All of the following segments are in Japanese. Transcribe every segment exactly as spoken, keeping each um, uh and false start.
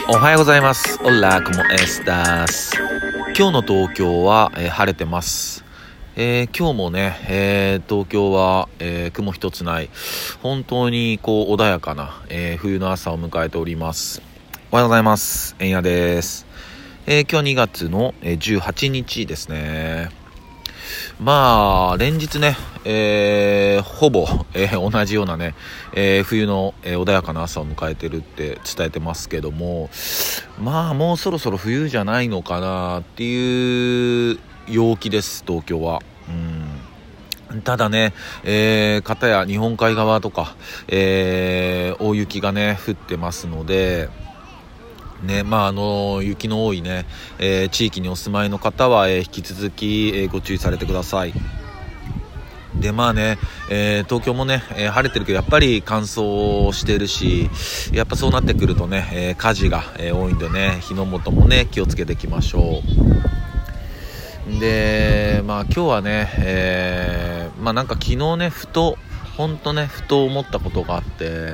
おはようございます。オラコモエスタス。今日の東京は、えー晴れてます。えー今日もね、えー東京は、えー雲一つない本当にこう穏やかな、えー冬の朝を迎えております。おはようございます。えんやです。えー今日にがつの、えーじゅうはちにちですね。まあ連日ね、えーほぼ、えー同じようなね、えー冬の、えー穏やかな朝を迎えてるって伝えてますけども、まあもうそろそろ冬じゃないのかなっていう陽気です、東京は。うんただね、えー、片や日本海側とか、えー大雪がね降ってますのでね、まああの雪の多いね、えー地域にお住まいの方は、えー引き続き、えーご注意されてください。でまあね、えー東京もね、えー晴れてるけどやっぱり乾燥してるし、やっぱそうなってくるとね、えー火事が、えー多いんでね、火の元もね気をつけていきましょう。でまあ今日はね、えーまあなんか昨日ねふとほんとねふと思ったことがあって、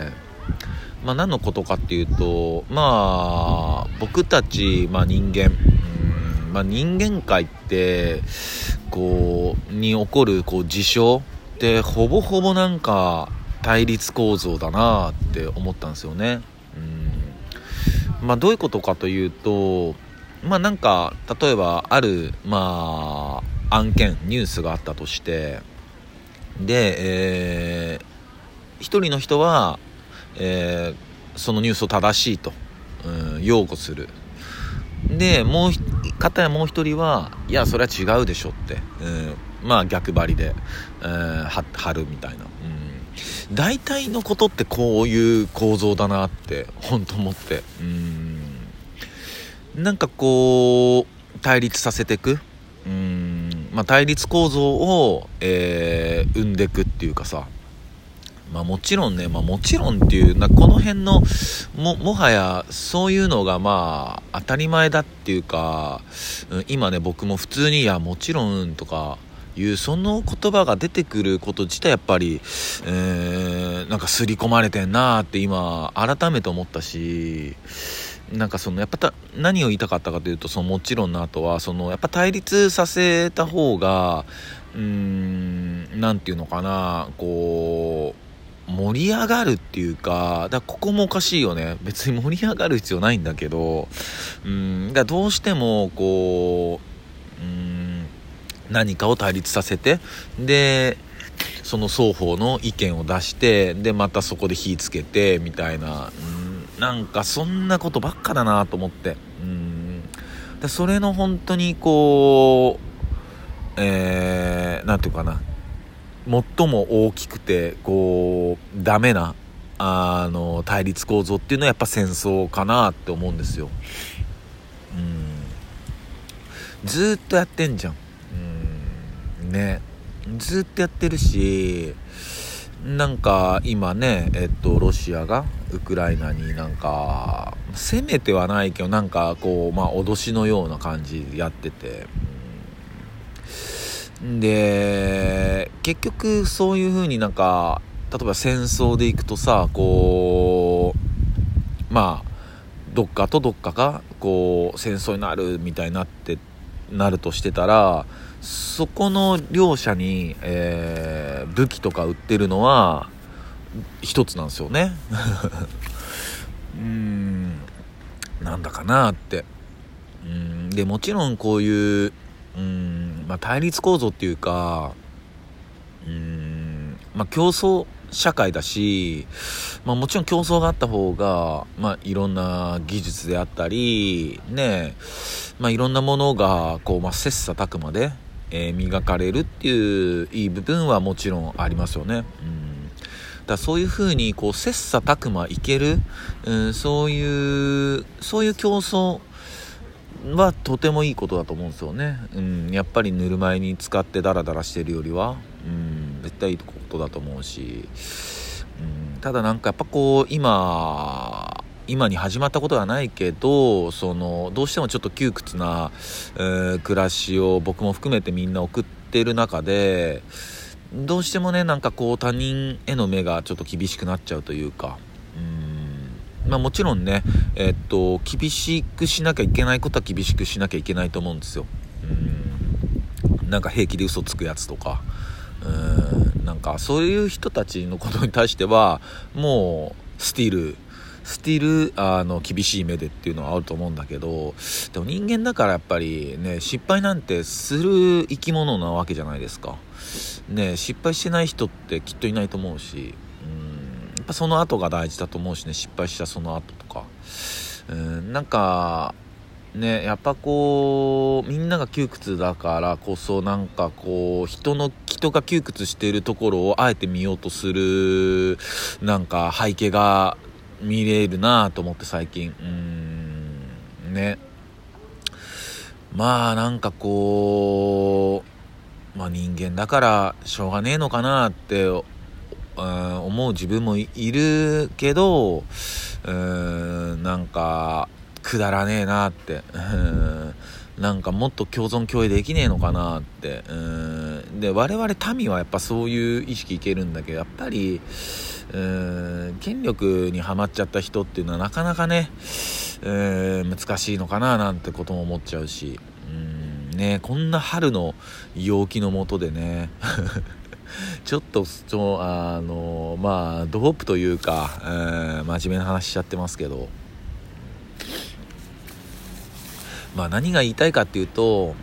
まあ何のことかっていうと、まあ僕たち、まあ、人間、うんまあ、人間界ってこうに起こるこう事象ってほぼほぼなんか対立構造だなって思ったんですよね。うんまあどういうことかというと、まあなんか例えばあるまあ案件ニュースがあったとして、で、えー一人の人は、えーそのニュースを正しいと、うん、擁護する。でもう片やもう一人はいやそれは違うでしょって、うん、まあ逆張りで、えー、張るみたいな、うん、大体のことってこういう構造だなって本当思って、うんなんかこう対立させていく、うんまあ、対立構造を、えー生んでいくっていうかさ、まあもちろんね、まあもちろんっていうな、この辺のももはやそういうのがまあ当たり前だっていうか、うん今ね僕も普通にいやもちろんとかいうその言葉が出てくること自体やっぱり、えー、なんか刷り込まれてんなーって今改めて思ったし、なんかそのやっぱた何を言いたかったかというと、そのもちろんの後はそのやっぱ対立させた方がうーんなんていうのかな、こう盛り上がるっていうか、だからここもおかしいよね。別に盛り上がる必要ないんだけど、うんだからどうしてもこううん何かを対立させて、でその双方の意見を出して、でまたそこで火つけてみたいな、うんなんかそんなことばっかだなと思って、うんでそれの本当にこうえー、なんていうかな、最も大きくてこうダメなあの対立構造っていうのはやっぱ戦争かなって思うんですよ。うんずーっとやってんじゃん。うんねずーっとやってるし、なんか今ねえっとロシアがウクライナになんか攻めてはないけどなんかこうまあ脅しのような感じでやってて、で結局そういう風になんか例えば戦争でいくとさ、こうまあどっかとどっかがこう戦争になるみたいになってなるとしてたら、そこの両者に、えー武器とか売ってるのは一つなんですよね。うーんなんだかなって。うーんでもちろんこういううーん、まあ、対立構造っていうか、うーん、まあ、競争社会だし、まあ、もちろん競争があった方が、まあ、いろんな技術であったりね、まあ、いろんなものがこう、まあ、切磋琢磨で、えー磨かれるっていういい部分はもちろんありますよね。うんだからそういう風にこう切磋琢磨いける、うん、そういうそういう競争はとてもいいことだと思うんですよね。うん、やっぱりぬるま湯に使ってダラダラしてるよりは、うん、絶対いいことだと思うし、うん、ただなんかやっぱこう今今に始まったことはないけど、そのどうしてもちょっと窮屈な、えー暮らしを僕も含めてみんな送ってる中で、どうしてもねなんかこう他人への目がちょっと厳しくなっちゃうというか、うんまあもちろんね、えっと厳しくしなきゃいけないことは厳しくしなきゃいけないと思うんですよ。うん、なんか平気で嘘つくやつとか、うん、なんかそういう人たちのことに対してはもうスティールスティールあの厳しい目でっていうのはあると思うんだけど、でも人間だからやっぱりね、失敗なんてする生き物なわけじゃないですかね。失敗してない人ってきっといないと思うし、うん、やっぱその後が大事だと思うしね。失敗したその後とか、うん、なんかね、やっぱこうみんなが窮屈だからこそ、なんかこう人の人が窮屈しているところをあえて見ようとするなんか背景が見れるなと思って最近。うーんね、まあなんかこう、まあ人間だからしょうがねえのかなって、うん、思う自分もいるけど、うーんなんかくだらねえなって、うん、なんかもっと共存共栄できねえのかなって、うん、で我々民はやっぱそういう意識いけるんだけど、やっぱりうーん権力にはまっちゃった人っていうのはなかなかね、うーん難しいのかななんてことも思っちゃうし、うーんね、こんな春の陽気の下でねちょっとちょあのまあドホップというか、えー、真面目な話しちゃってますけど、まあ何が言いたいかっていうと、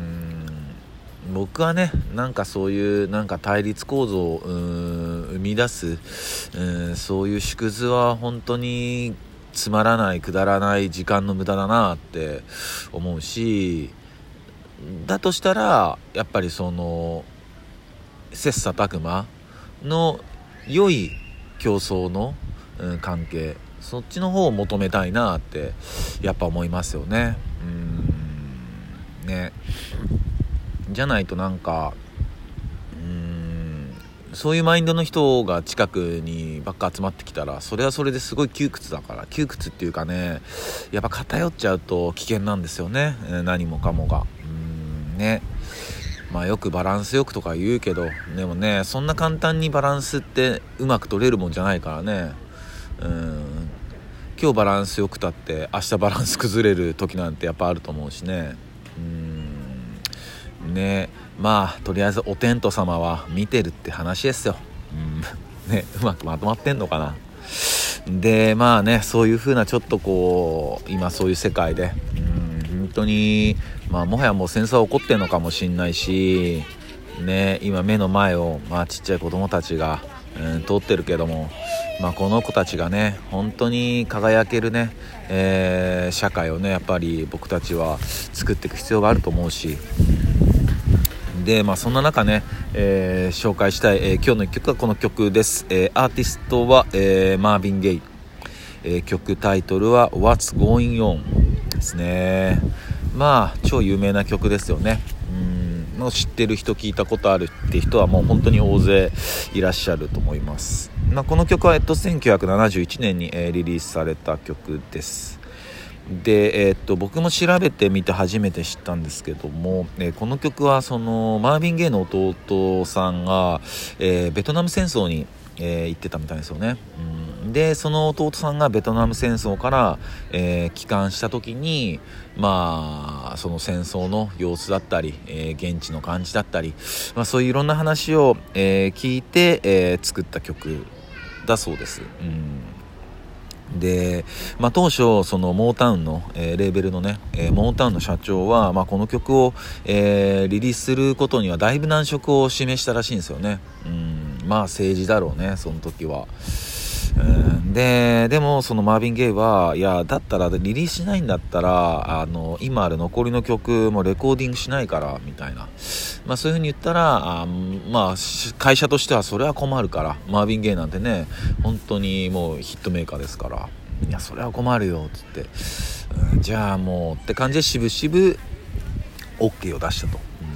僕はね、なんかそういうなんか対立構造を生み出す、うん、そういう縮図は本当につまらないくだらない時間の無駄だなって思うし、だとしたらやっぱりその切磋琢磨の良い競争の、うん、関係、そっちの方を求めたいなってやっぱ思いますよね。うんね、じゃないとなんかうーんそういうマインドの人が近くにばっか集まってきたら、それはそれですごい窮屈だから、窮屈っていうかね、やっぱ偏っちゃうと危険なんですよね、えー、何もかもが。うーんね、まあよくバランスよくとか言うけど、でもね、そんな簡単にバランスってうまく取れるもんじゃないからね。うーん今日バランスよくたって明日バランス崩れる時なんてやっぱあると思うしね。うーんね、まあとりあえずお天道様は見てるって話ですよ。うんね、うまくまとまってんのかな。でまあね、そういう風なちょっとこう今そういう世界で、うん本当にまあもはやもう戦争は起こってんのかもしんないしね、今目の前をまあちっちゃい子供たちが、うん、通ってるけども、まあこの子たちがね本当に輝けるね、えー、社会をねやっぱり僕たちは作っていく必要があると思うし、でまあそんな中ね、えー、紹介したい、えー、今日の一曲はこの曲です。えー、アーティストは、えー、マーヴィン・ゲイ、えー、曲タイトルは What's Going On ですね。まあ超有名な曲ですよね。うん、知ってる人、聞いたことあるって人はもう本当に大勢いらっしゃると思います。まあ、この曲は、えっと、せんきゅうひゃくななじゅういちねんに、えー、リリースされた曲です。で、えー、っと僕も調べてみて初めて知ったんですけども、えー、この曲はそのマーヴィン・ゲイの弟さんが、えー、ベトナム戦争に、えー、行ってたみたいですよね。うん、でその弟さんがベトナム戦争から、えー、帰還した時にまあその戦争の様子だったり、えー、現地の感じだったり、まあ、そういういろんな話を、えー、聞いて、えー、作った曲だそうです。うんで、まあ、当初そのモータウンの、えー、レーベルのね、えー、モータウンの社長は、まあ、この曲を、えー、リリースすることにはだいぶ難色を示したらしいんですよね。うんまあ政治だろうねその時は。うんででもそのマーヴィン・ゲイはいやだったらリリースしないんだったらあの今ある残りの曲もレコーディングしないからみたいな、まあ、そういう風に言ったらあまあ会社としてはそれは困るから、マーヴィン・ゲイなんてね本当にもうヒットメーカーですから、いやそれは困るよっつって、うん、じゃあもうって感じで渋々 OK を出したと。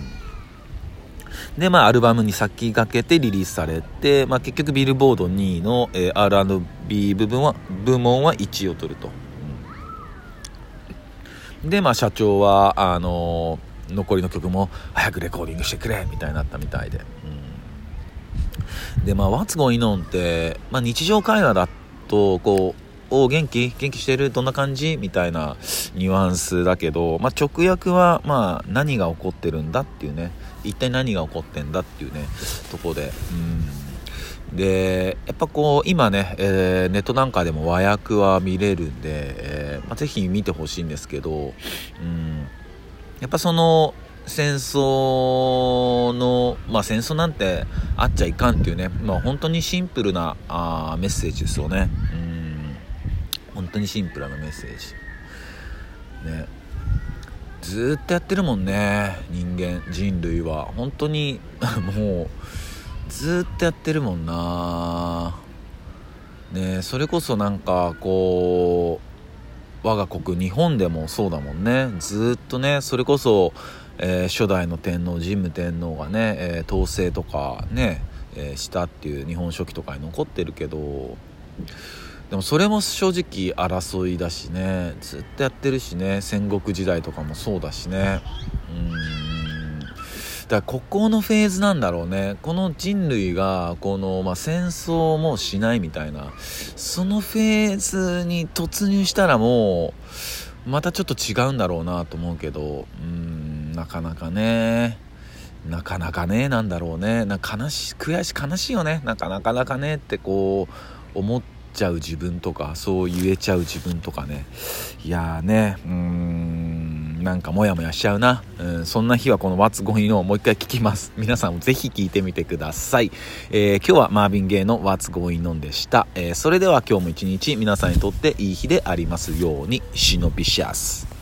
でまあアルバムに先駆けてリリースされて、まあ、結局ビルボードにいの、えー、アールアンドビー 部分は部門はいちいを取ると、うん、でまあ社長はあのー、残りの曲も早くレコーディングしてくれみたいになったみたいで、うん、でまあ What's Going On って、まあ、日常会話だとこうお元気元気してるどんな感じみたいなニュアンスだけど、まあ、直訳はまあ何が起こってるんだっていうね、一体何が起こってんだっていうねとこで、うんでやっぱこう今ね、えー、ネットなんかでも和訳は見れるんで、えーまあ、ぜひ見てほしいんですけど、うんやっぱその戦争の、まあ戦争なんてあっちゃいかんっていうね、まあ本当にシンプルなあメッセージですよね。うん本当にシンプルなメッセージね。ずーっとやってるもんね、人間人類は本当にもうずーっとやってるもんなね。それこそなんかこう我が国日本でもそうだもんね。ずっとねそれこそ、えー、初代の天皇神武天皇がね、えー、統制とかね、えー、したっていう日本書紀とかに残ってるけど、でもそれも正直争いだしね、ずっとやってるしね。戦国時代とかもそうだしね。うーんだからここのフェーズなんだろうね。この人類がこの、まあ、戦争もしないみたいなそのフェーズに突入したらもうまたちょっと違うんだろうなと思うけど、うーんなかなかねなかなかねなんだろうね。なんか悲しい悔しい悲しいよね。なかなかなかねってこう思っちゃう自分とか、そう言えちゃう自分とかね。いやーねうーんなんかモヤモヤしちゃうな、うん、そんな日はこの What's Going On をもう一回聞きます。皆さんもぜひ聞いてみてください。えー、今日はマーヴィン・ゲイの What's Going On でした。えー、それでは今日も一日皆さんにとっていい日でありますように。シノビシャス。